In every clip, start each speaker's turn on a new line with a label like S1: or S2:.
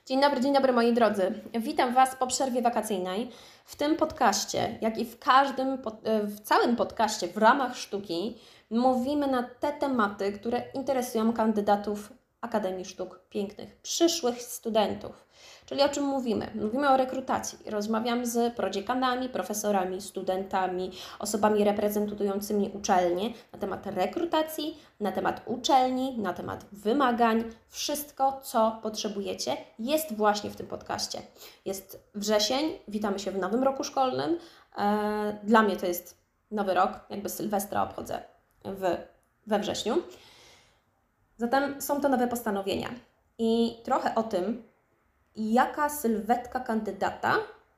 S1: Dzień dobry moi drodzy. Witam Was po przerwie wakacyjnej. W tym podcaście, jak i w całym podcaście w ramach sztuki mówimy na te tematy, które interesują kandydatów Akademii Sztuk Pięknych, przyszłych studentów. Czyli o czym mówimy? Mówimy o rekrutacji. Rozmawiam z prodziekanami, profesorami, studentami, osobami reprezentującymi uczelnie na temat rekrutacji, na temat uczelni, na temat wymagań. Wszystko, co potrzebujecie, jest właśnie w tym podcaście. Jest wrzesień, witamy się w nowym roku szkolnym. Dla mnie to jest nowy rok, jakby Sylwestra obchodzę we wrześniu. Zatem są to nowe postanowienia i trochę o tym, jaka sylwetka kandydata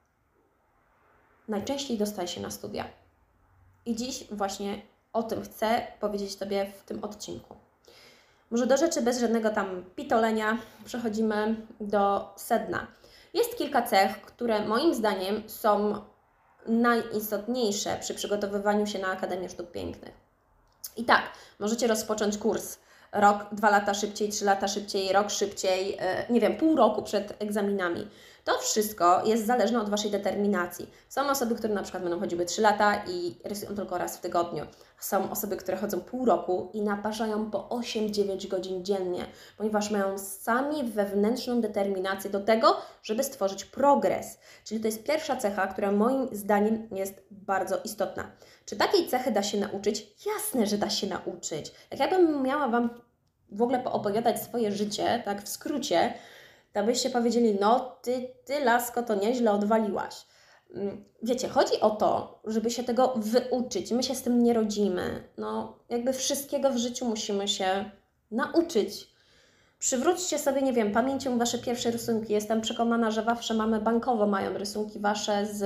S1: najczęściej dostaje się na studia. I dziś właśnie o tym chcę powiedzieć Tobie w tym odcinku. Może do rzeczy bez żadnego tam pitolenia przechodzimy do sedna. Jest kilka cech, które moim zdaniem są najistotniejsze przy przygotowywaniu się na Akademię Sztuk Pięknych. I tak, możecie rozpocząć kurs rok, 2 lata szybciej, 3 lata szybciej, rok szybciej, nie wiem, pół roku przed egzaminami. To wszystko jest zależne od Waszej determinacji. Są osoby, które na przykład będą chodziły 3 lata i rysują tylko raz w tygodniu. Są osoby, które chodzą pół roku i naparzają po 8-9 godzin dziennie, ponieważ mają sami wewnętrzną determinację do tego, żeby stworzyć progres. Czyli to jest pierwsza cecha, która moim zdaniem jest bardzo istotna. Czy takiej cechy da się nauczyć? Jasne, że da się nauczyć. Jak ja bym miała Wam w ogóle poopowiadać swoje życie, tak w skrócie, to byście powiedzieli, no ty lasko to nieźle odwaliłaś. Wiecie, chodzi o to, żeby się tego wyuczyć. My się z tym nie rodzimy. No, jakby wszystkiego w życiu musimy się nauczyć. Przywróćcie sobie, nie wiem, pamięcią Wasze pierwsze rysunki. Jestem przekonana, że Wasze mamy bankowo mają rysunki Wasze z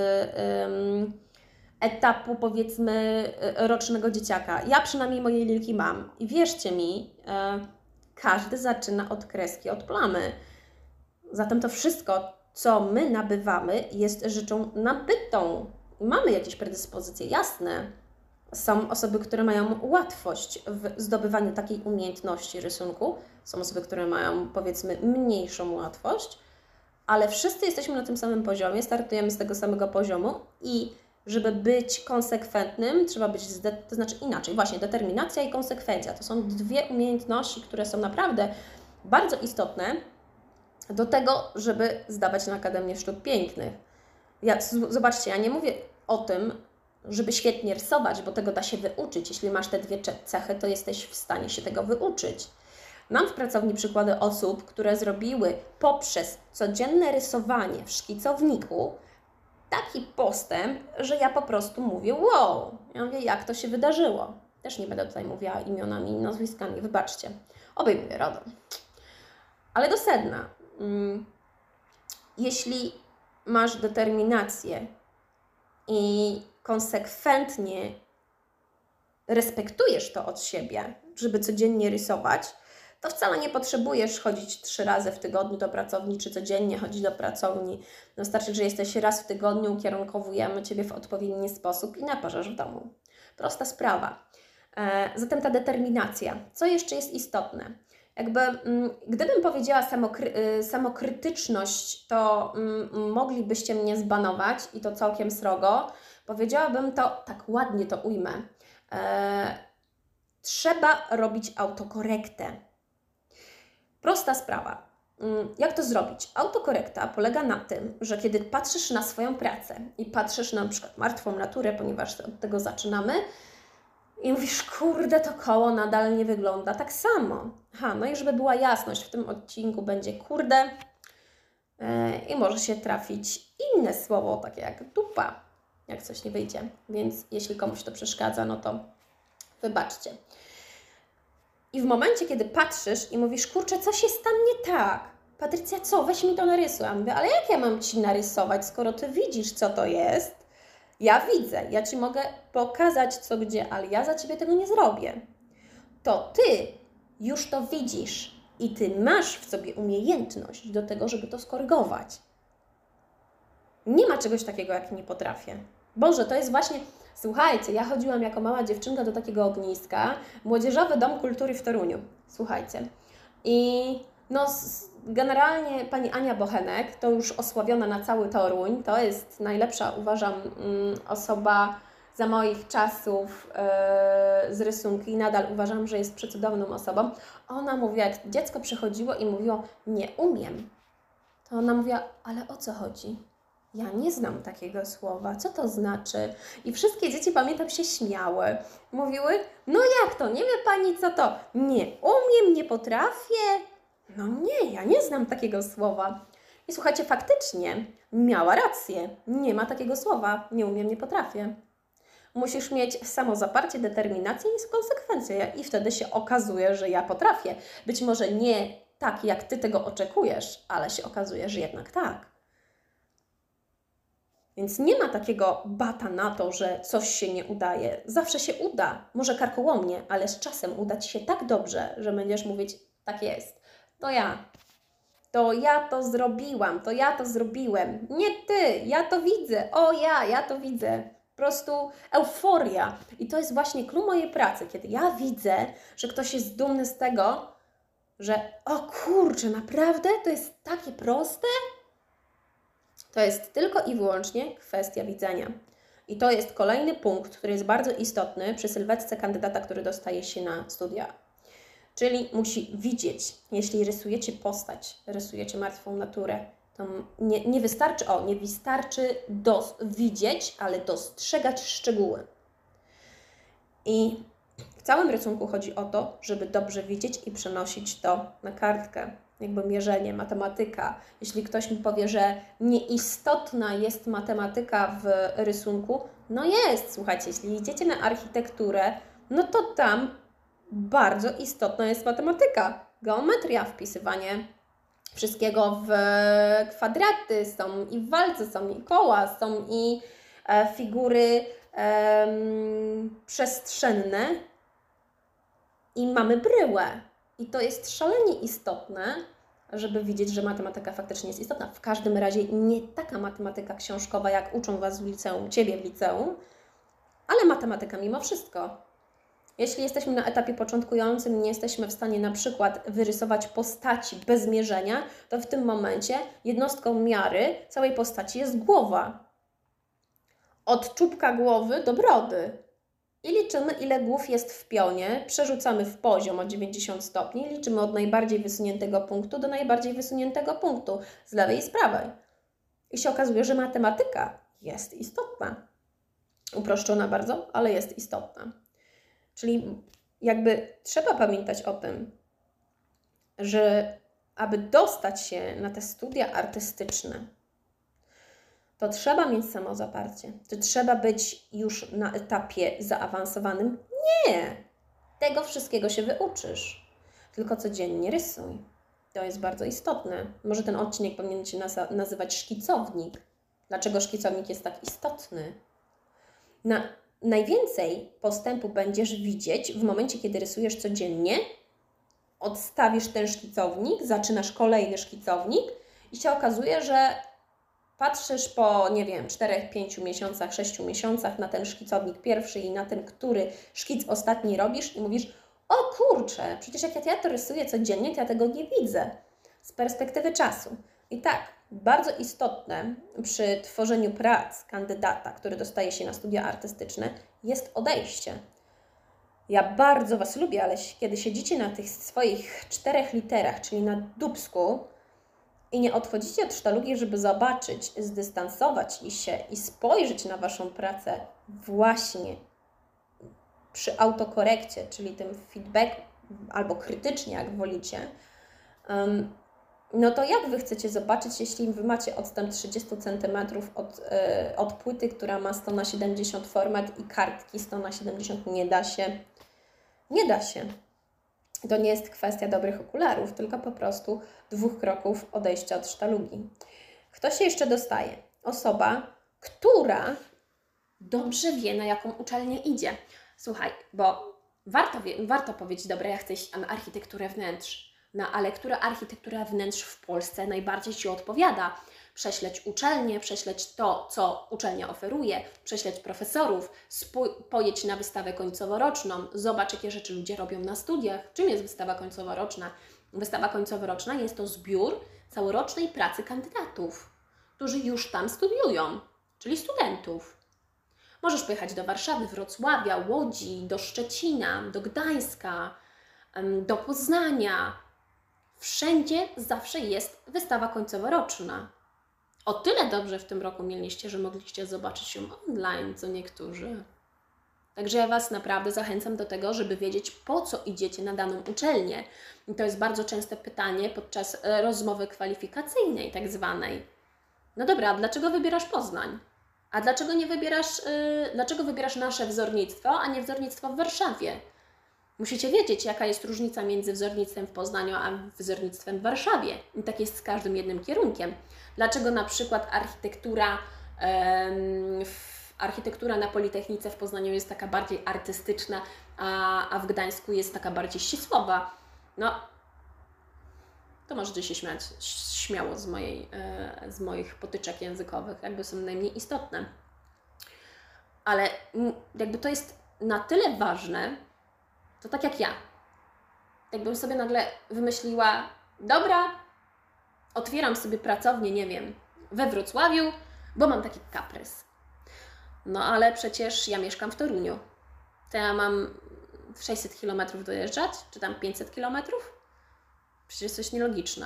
S1: etapu, powiedzmy, rocznego dzieciaka. Ja przynajmniej mojej Lilki mam. I wierzcie mi, każdy zaczyna od kreski, od plamy. Zatem to wszystko, co my nabywamy, jest rzeczą nabytą. Mamy jakieś predyspozycje, jasne. Są osoby, które mają łatwość w zdobywaniu takiej umiejętności rysunku. Są osoby, które mają, powiedzmy, mniejszą łatwość, ale wszyscy jesteśmy na tym samym poziomie, startujemy z tego samego poziomu i żeby być konsekwentnym, trzeba być, to znaczy inaczej, właśnie determinacja i konsekwencja. To są dwie umiejętności, które są naprawdę bardzo istotne do tego, żeby zdawać na Akademię Sztuk Pięknych. Zobaczcie, ja nie mówię o tym, żeby świetnie rysować, bo tego da się wyuczyć. Jeśli masz te dwie cechy, to jesteś w stanie się tego wyuczyć. Mam w pracowni przykłady osób, które zrobiły poprzez codzienne rysowanie w szkicowniku taki postęp, że ja po prostu mówię wow. Ja mówię, jak to się wydarzyło. Też nie będę tutaj mówiła imionami i nazwiskami, wybaczcie. Obejmuję RODO. Ale do sedna. Jeśli masz determinację i konsekwentnie respektujesz to od siebie, żeby codziennie rysować, to wcale nie potrzebujesz chodzić 3 razy w tygodniu do pracowni, czy codziennie chodzić do pracowni. Wystarczy, że jesteś raz w tygodniu, ukierunkowujemy Ciebie w odpowiedni sposób i naparzasz w domu. Prosta sprawa. Zatem ta determinacja. Co jeszcze jest istotne? Gdybym powiedziała samokrytyczność, to moglibyście mnie zbanować i to całkiem srogo. Powiedziałabym to, tak ładnie to ujmę. Trzeba robić autokorektę. Prosta sprawa. Jak to zrobić? Autokorekta polega na tym, że kiedy patrzysz na swoją pracę i patrzysz na przykład martwą naturę, ponieważ od tego zaczynamy, i mówisz, kurde, to koło nadal nie wygląda tak samo. No i żeby była jasność, w tym odcinku będzie kurde i może się trafić inne słowo, takie jak dupa, jak coś nie wyjdzie. Więc jeśli komuś to przeszkadza, no to wybaczcie. I w momencie, kiedy patrzysz i mówisz, kurczę, coś jest tam nie tak. Patrycja, co? Weź mi to narysuj. Ja mówię, ale jak ja mam Ci narysować, skoro Ty widzisz, co to jest? Ja widzę, ja Ci mogę pokazać co gdzie, ale ja za Ciebie tego nie zrobię. To Ty już to widzisz i Ty masz w sobie umiejętność do tego, żeby to skorygować. Nie ma czegoś takiego, jak nie potrafię. Boże, to jest właśnie... Słuchajcie, ja chodziłam jako mała dziewczynka do takiego ogniska, Młodzieżowy Dom Kultury w Toruniu. Słuchajcie. I No, generalnie pani Ania Bochenek, to już osławiona na cały Toruń, to jest najlepsza, uważam, osoba za moich czasów z rysunki i nadal uważam, że jest przecudowną osobą. Ona mówiła, jak dziecko przychodziło i mówiło, nie umiem, to ona mówiła, ale o co chodzi? Ja nie znam takiego słowa, co to znaczy? I wszystkie dzieci, pamiętam, się śmiały. Mówiły, no jak to, nie wie Pani co to? Nie umiem, nie potrafię. No nie, ja nie znam takiego słowa. I słuchajcie, faktycznie miała rację. Nie ma takiego słowa, nie umiem, nie potrafię. Musisz mieć samozaparcie, determinację i konsekwencje. I wtedy się okazuje, że ja potrafię. Być może nie tak, jak Ty tego oczekujesz, ale się okazuje, że jednak tak. Więc nie ma takiego bata na to, że coś się nie udaje. Zawsze się uda. Może karkołomnie, ale z czasem uda Ci się tak dobrze, że będziesz mówić, tak jest. To ja to zrobiłam, to ja to zrobiłem. Nie Ty, ja to widzę. O ja to widzę. Po prostu euforia. I to jest właśnie clue mojej pracy, kiedy ja widzę, że ktoś jest dumny z tego, że o kurczę, naprawdę to jest takie proste? To jest tylko i wyłącznie kwestia widzenia. I to jest kolejny punkt, który jest bardzo istotny przy sylwetce kandydata, który dostaje się na studia. Czyli musi widzieć, jeśli rysujecie postać, rysujecie martwą naturę, to nie wystarczy widzieć, ale dostrzegać szczegóły. I w całym rysunku chodzi o to, żeby dobrze widzieć i przenosić to na kartkę. Jakby mierzenie, matematyka. Jeśli ktoś mi powie, że nieistotna jest matematyka w rysunku, no jest, słuchajcie, jeśli idziecie na architekturę, no to tam bardzo istotna jest matematyka, geometria, wpisywanie wszystkiego w kwadraty, są i walce, są i koła, są i figury przestrzenne i mamy bryłę. I to jest szalenie istotne, żeby widzieć, że matematyka faktycznie jest istotna. W każdym razie nie taka matematyka książkowa, jak uczą Was w liceum, Ciebie w liceum, ale matematyka mimo wszystko. Jeśli jesteśmy na etapie początkującym i nie jesteśmy w stanie na przykład wyrysować postaci bez mierzenia, to w tym momencie jednostką miary całej postaci jest głowa. Od czubka głowy do brody. I liczymy, ile głów jest w pionie, przerzucamy w poziom o 90 stopni, liczymy od najbardziej wysuniętego punktu do najbardziej wysuniętego punktu, z lewej i z prawej. I się okazuje, że matematyka jest istotna. Uproszczona bardzo, ale jest istotna. Czyli jakby trzeba pamiętać o tym, że aby dostać się na te studia artystyczne, to trzeba mieć samozaparcie. Czy trzeba być już na etapie zaawansowanym? Nie! Tego wszystkiego się wyuczysz. Tylko codziennie rysuj. To jest bardzo istotne. Może ten odcinek powinien się nazywać szkicownik. Dlaczego szkicownik jest tak istotny? Najwięcej postępu będziesz widzieć w momencie, kiedy rysujesz codziennie, odstawisz ten szkicownik, zaczynasz kolejny szkicownik i się okazuje, że patrzysz po, 4, 5 miesiącach, 6 miesiącach na ten szkicownik pierwszy i na ten, który szkic ostatni robisz i mówisz, o kurczę, przecież jak ja to rysuję codziennie, to ja tego nie widzę z perspektywy czasu. I tak, bardzo istotne przy tworzeniu prac kandydata, który dostaje się na studia artystyczne, jest odejście. Ja bardzo Was lubię, ale kiedy siedzicie na tych swoich 4 literach, czyli na dupsku i nie odchodzicie od sztalugi, żeby zobaczyć, zdystansować się i spojrzeć na Waszą pracę właśnie przy autokorekcie, czyli tym feedback albo krytycznie, jak wolicie, no to jak Wy chcecie zobaczyć, jeśli Wy macie odstęp 30 cm od płyty, która ma 100×70 format i kartki 1×70? Nie da się. Nie da się. To nie jest kwestia dobrych okularów, tylko po prostu 2 kroków odejścia od sztalugi. Kto się jeszcze dostaje? Osoba, która dobrze wie, na jaką uczelnię idzie. Słuchaj, bo warto powiedzieć, dobra, ja chcę iść na architekturę wnętrz. No ale która architektura wnętrz w Polsce najbardziej Ci odpowiada? Prześleć uczelnię, prześleć to, co uczelnia oferuje, prześleć profesorów, pojedź na wystawę końcoworoczną, zobacz, jakie rzeczy ludzie robią na studiach, czym jest wystawa końcoworoczna, Wystawa końcoworoczna jest to zbiór całorocznej pracy kandydatów, którzy już tam studiują, czyli studentów. Możesz pojechać do Warszawy, Wrocławia, Łodzi, do Szczecina, do Gdańska, do Poznania. Wszędzie zawsze jest wystawa końcoworoczna. O tyle dobrze w tym roku mieliście, że mogliście zobaczyć ją online, co niektórzy. Także ja Was naprawdę zachęcam do tego, żeby wiedzieć, po co idziecie na daną uczelnię. I to jest bardzo częste pytanie podczas rozmowy kwalifikacyjnej tak zwanej. No dobra, a dlaczego wybierasz Poznań? A dlaczego nie wybierasz, dlaczego wybierasz nasze wzornictwo, a nie wzornictwo w Warszawie? Musicie wiedzieć, jaka jest różnica między wzornictwem w Poznaniu a wzornictwem w Warszawie. I tak jest z każdym jednym kierunkiem. Dlaczego na przykład architektura na Politechnice w Poznaniu jest taka bardziej artystyczna, a w Gdańsku jest taka bardziej ścisłowa? No, to możecie się śmiać śmiało z moich potyczek językowych, jakby są najmniej istotne. Ale jakby to jest na tyle ważne, to tak jak ja. Jakbym sobie nagle wymyśliła, dobra, otwieram sobie pracownię, nie wiem, we Wrocławiu, bo mam taki kaprys. No ale przecież ja mieszkam w Toruniu. To ja mam 600 km dojeżdżać, czy tam 500 km? Przecież jest coś nielogiczne.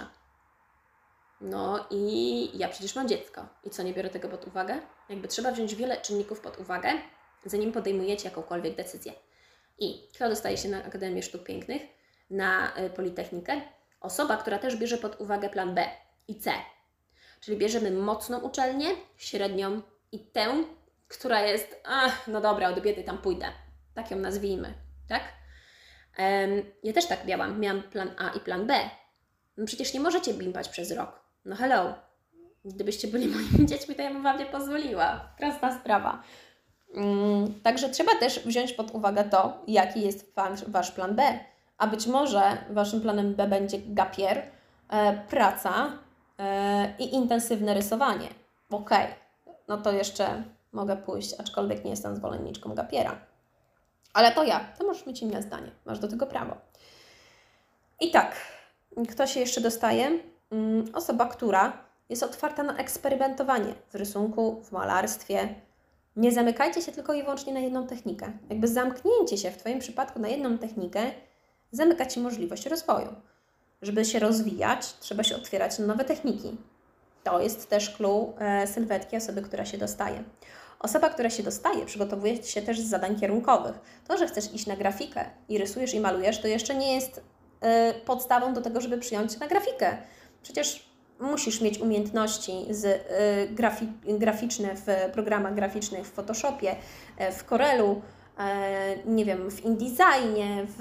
S1: No i ja przecież mam dziecko. I co, nie biorę tego pod uwagę? Jakby trzeba wziąć wiele czynników pod uwagę, zanim podejmujecie jakąkolwiek decyzję. I kto dostaje się na Akademię Sztuk Pięknych, na Politechnikę? Osoba, która też bierze pod uwagę plan B i C. Czyli bierzemy mocną uczelnię, średnią i tę, która jest, no dobra, od biedy tam pójdę. Tak ją nazwijmy, tak? Ja też tak miałam plan A i plan B. No przecież nie możecie bimbać przez rok. No hello. Gdybyście byli moimi dziećmi, to ja bym Wam nie pozwoliła. Prosta sprawa. Także trzeba też wziąć pod uwagę to, jaki jest Wasz plan B. A być może Waszym planem B będzie gap year, praca i intensywne rysowanie. Okej, no to jeszcze mogę pójść, aczkolwiek nie jestem zwolenniczką gap yeara. Ale to ja, to możesz mieć inne zdanie, masz do tego prawo. I tak, kto się jeszcze dostaje? Osoba, która jest otwarta na eksperymentowanie w rysunku, w malarstwie. Nie zamykajcie się tylko i wyłącznie na jedną technikę. Jakby zamknięcie się w Twoim przypadku na jedną technikę zamyka Ci możliwość rozwoju. Żeby się rozwijać, trzeba się otwierać na nowe techniki. To jest też clue sylwetki osoby, która się dostaje. Osoba, która się dostaje, przygotowuje się też z zadań kierunkowych. To, że chcesz iść na grafikę i rysujesz i malujesz, to jeszcze nie jest podstawą do tego, żeby przyjąć się na grafikę. Przecież musisz mieć umiejętności graficzne w programach graficznych, w Photoshopie, w Corelu, nie wiem, w InDesignie, w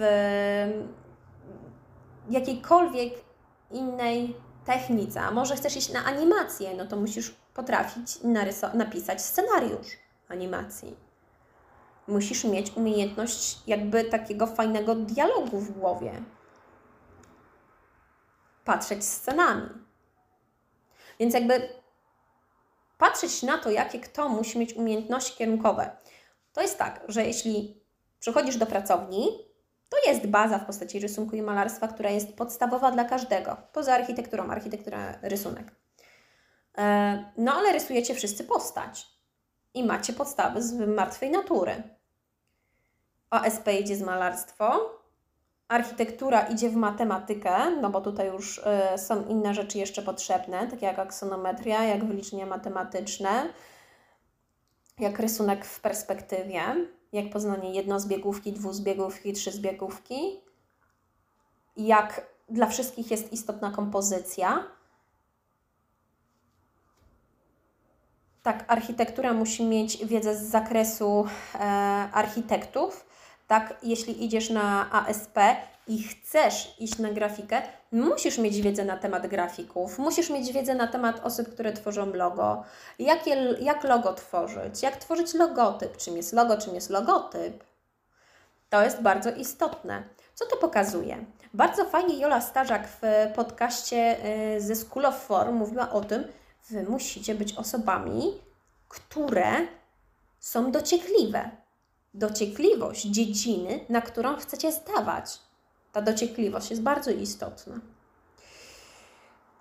S1: jakiejkolwiek innej technice. A może chcesz iść na animację, no to musisz potrafić napisać scenariusz animacji. Musisz mieć umiejętność jakby takiego fajnego dialogu w głowie. Patrzeć scenami. Więc jakby patrzeć na to, jakie kto musi mieć umiejętności kierunkowe. To jest tak, że jeśli przychodzisz do pracowni, to jest baza w postaci rysunku i malarstwa, która jest podstawowa dla każdego. Poza architekturą, architektura, rysunek. No ale rysujecie wszyscy postać i macie podstawy z martwej natury. OSP idzie z malarstwo, architektura idzie w matematykę, no bo tutaj już są inne rzeczy jeszcze potrzebne, takie jak aksonometria, jak wyliczenia matematyczne, jak rysunek w perspektywie, jak poznanie jednozbiegówki, dwuzbiegówki, trzyzbiegówki, jak dla wszystkich jest istotna kompozycja. Tak, architektura musi mieć wiedzę z zakresu architektów. Tak, jeśli idziesz na ASP i chcesz iść na grafikę, musisz mieć wiedzę na temat grafików, musisz mieć wiedzę na temat osób, które tworzą logo, jak logo tworzyć, jak tworzyć logotyp, czym jest logo, czym jest logotyp. To jest bardzo istotne. Co to pokazuje? Bardzo fajnie Jola Starzak w podcaście ze School of Form mówiła o tym, Wy musicie być osobami, które są dociekliwe. Dociekliwość dziedziny, na którą chcecie zdawać. Ta dociekliwość jest bardzo istotna.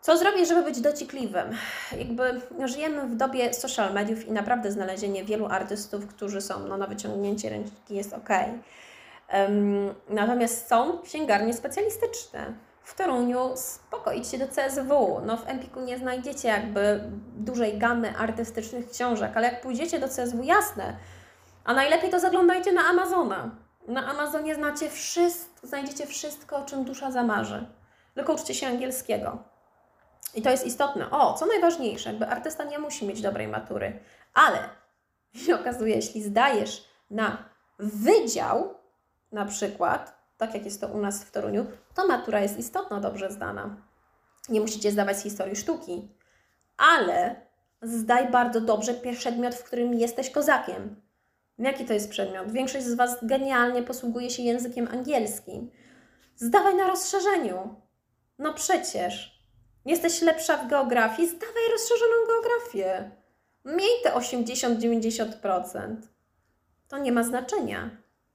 S1: Co zrobić, żeby być dociekliwym? Jakby żyjemy w dobie social mediów i naprawdę znalezienie wielu artystów, którzy są na wyciągnięcie ręki jest ok. Natomiast są księgarnie specjalistyczne. W Toruniu spoko, idźcie do CSW. W Empiku nie znajdziecie jakby dużej gamy artystycznych książek, ale jak pójdziecie do CSW, jasne. A najlepiej to zaglądajcie na Amazona. Na Amazonie znajdziecie wszystko, o czym dusza zamarzy. Tylko uczcie się angielskiego. I to jest istotne. Co najważniejsze, jakby artysta nie musi mieć dobrej matury, ale się okazuje, jeśli zdajesz na wydział, na przykład, tak jak jest to u nas w Toruniu, to matura jest istotna, dobrze zdana. Nie musicie zdawać z historii sztuki, ale zdaj bardzo dobrze przedmiot, w którym jesteś kozakiem. Jaki to jest przedmiot? Większość z Was genialnie posługuje się językiem angielskim. Zdawaj na rozszerzeniu. Przecież. Jesteś lepsza w geografii? Zdawaj rozszerzoną geografię. Miej te 80-90%. To nie ma znaczenia.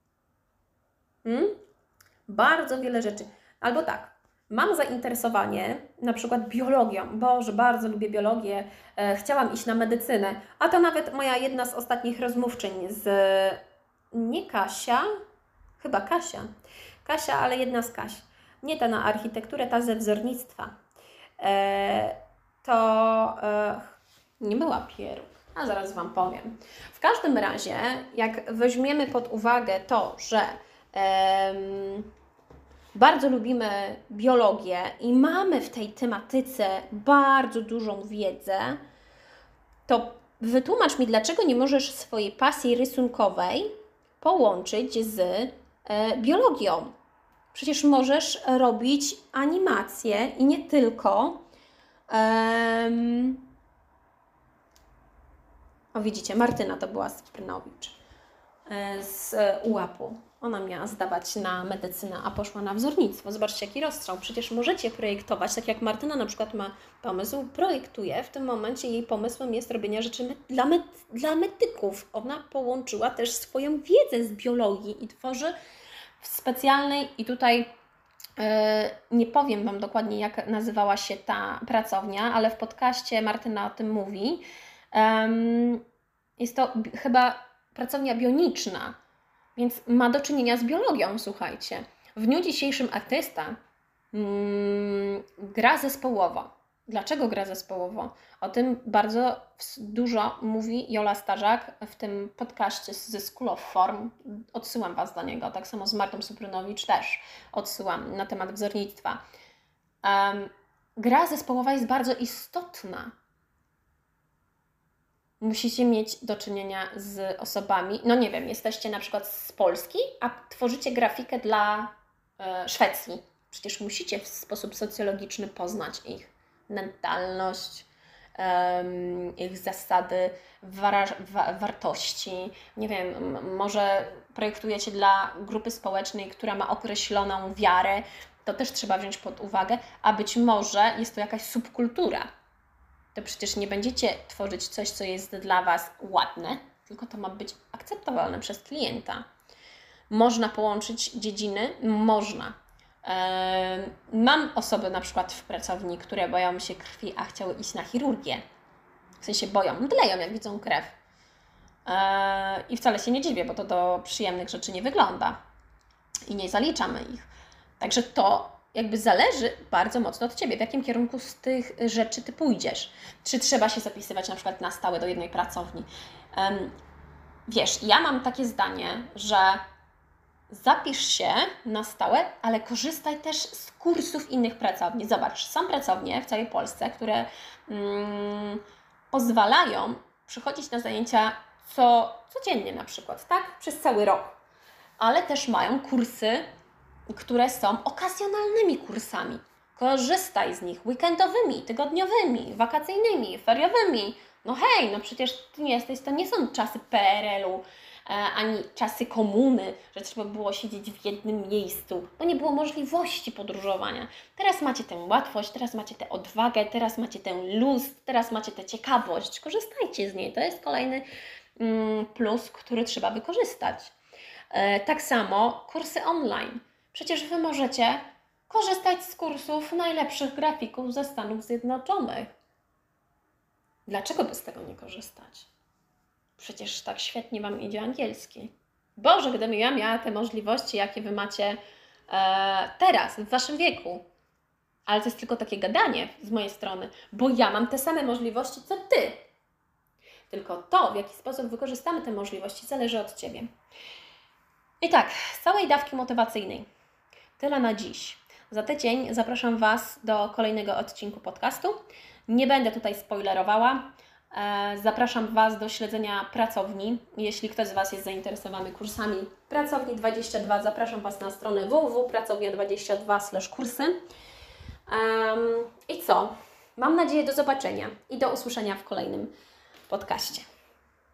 S1: Bardzo wiele rzeczy. Albo tak, mam zainteresowanie na przykład biologią. Boże, bardzo lubię biologię. Chciałam iść na medycynę. A to nawet moja jedna z ostatnich rozmówczyń nie Kasia? Chyba Kasia. Kasia, ale jedna z Kaś. Nie ta na architekturę, ta ze wzornictwa. Nie była Pieruk. A zaraz Wam powiem. W każdym razie, jak weźmiemy pod uwagę to, że bardzo lubimy biologię i mamy w tej tematyce bardzo dużą wiedzę, to wytłumacz mi, dlaczego nie możesz swojej pasji rysunkowej połączyć z biologią. Przecież możesz robić animacje i nie tylko. Widzicie, Martyna to była Sprynowicz z UAP-u. Ona miała zdawać na medycynę, a poszła na wzornictwo. Zobaczcie, jaki rozstrzał. Przecież możecie projektować, tak jak Martyna na przykład ma pomysł, projektuje. W tym momencie jej pomysłem jest robienie rzeczy dla medyków. Ona połączyła też swoją wiedzę z biologii i tworzy w specjalnej, i tutaj nie powiem Wam dokładnie, jak nazywała się ta pracownia, ale w podcaście Martyna o tym mówi. Jest to chyba pracownia bioniczna, więc ma do czynienia z biologią, słuchajcie. W dniu dzisiejszym artysta gra zespołowo. Dlaczego gra zespołowo? O tym bardzo dużo mówi Jola Starzak w tym podcaście ze School of Form. Odsyłam Was do niego. Tak samo z Martą Suprynowicz też odsyłam na temat wzornictwa. Gra zespołowa jest bardzo istotna. Musicie mieć do czynienia z osobami, nie wiem, jesteście na przykład z Polski, a tworzycie grafikę dla Szwecji. Przecież musicie w sposób socjologiczny poznać ich mentalność, ich zasady, wartości. Nie wiem, może projektujecie dla grupy społecznej, która ma określoną wiarę, to też trzeba wziąć pod uwagę, a być może jest to jakaś subkultura. To przecież nie będziecie tworzyć coś, co jest dla Was ładne, tylko to ma być akceptowalne przez klienta. Można połączyć dziedziny? Można. Mam osoby na przykład w pracowni, które boją się krwi, a chciały iść na chirurgię. W sensie boją, mdleją jak widzą krew. I wcale się nie dziwię, bo to do przyjemnych rzeczy nie wygląda. I nie zaliczamy ich. Także to jakby zależy bardzo mocno od Ciebie, w jakim kierunku z tych rzeczy Ty pójdziesz. Czy trzeba się zapisywać na przykład na stałe do jednej pracowni. Wiesz, ja mam takie zdanie, że zapisz się na stałe, ale korzystaj też z kursów innych pracowni. Zobacz, są pracownie w całej Polsce, które pozwalają przychodzić na zajęcia codziennie na przykład, tak? Przez cały rok. Ale też mają kursy, które są okazjonalnymi kursami. Korzystaj z nich weekendowymi, tygodniowymi, wakacyjnymi, feriowymi. Przecież to nie są czasy PRL-u, ani czasy komuny, że trzeba było siedzieć w jednym miejscu, bo nie było możliwości podróżowania. Teraz macie tę łatwość, teraz macie tę odwagę, teraz macie ten luz, teraz macie tę ciekawość. Korzystajcie z niej. To jest kolejny plus, który trzeba wykorzystać. Tak samo kursy online. Przecież Wy możecie korzystać z kursów najlepszych grafików ze Stanów Zjednoczonych. Dlaczego by z tego nie korzystać? Przecież tak świetnie Wam idzie angielski. Boże, gdybym ja miała te możliwości, jakie Wy macie teraz, w Waszym wieku. Ale to jest tylko takie gadanie z mojej strony, bo ja mam te same możliwości, co Ty. Tylko to, w jaki sposób wykorzystamy te możliwości, zależy od Ciebie. I tak, z całej dawki motywacyjnej tyle na dziś. Za tydzień zapraszam Was do kolejnego odcinku podcastu. Nie będę tutaj spoilerowała. Zapraszam Was do śledzenia pracowni. Jeśli ktoś z Was jest zainteresowany kursami Pracowni 22, zapraszam Was na stronę www.pracownia22/kursy. I co? Mam nadzieję do zobaczenia i do usłyszenia w kolejnym podcaście.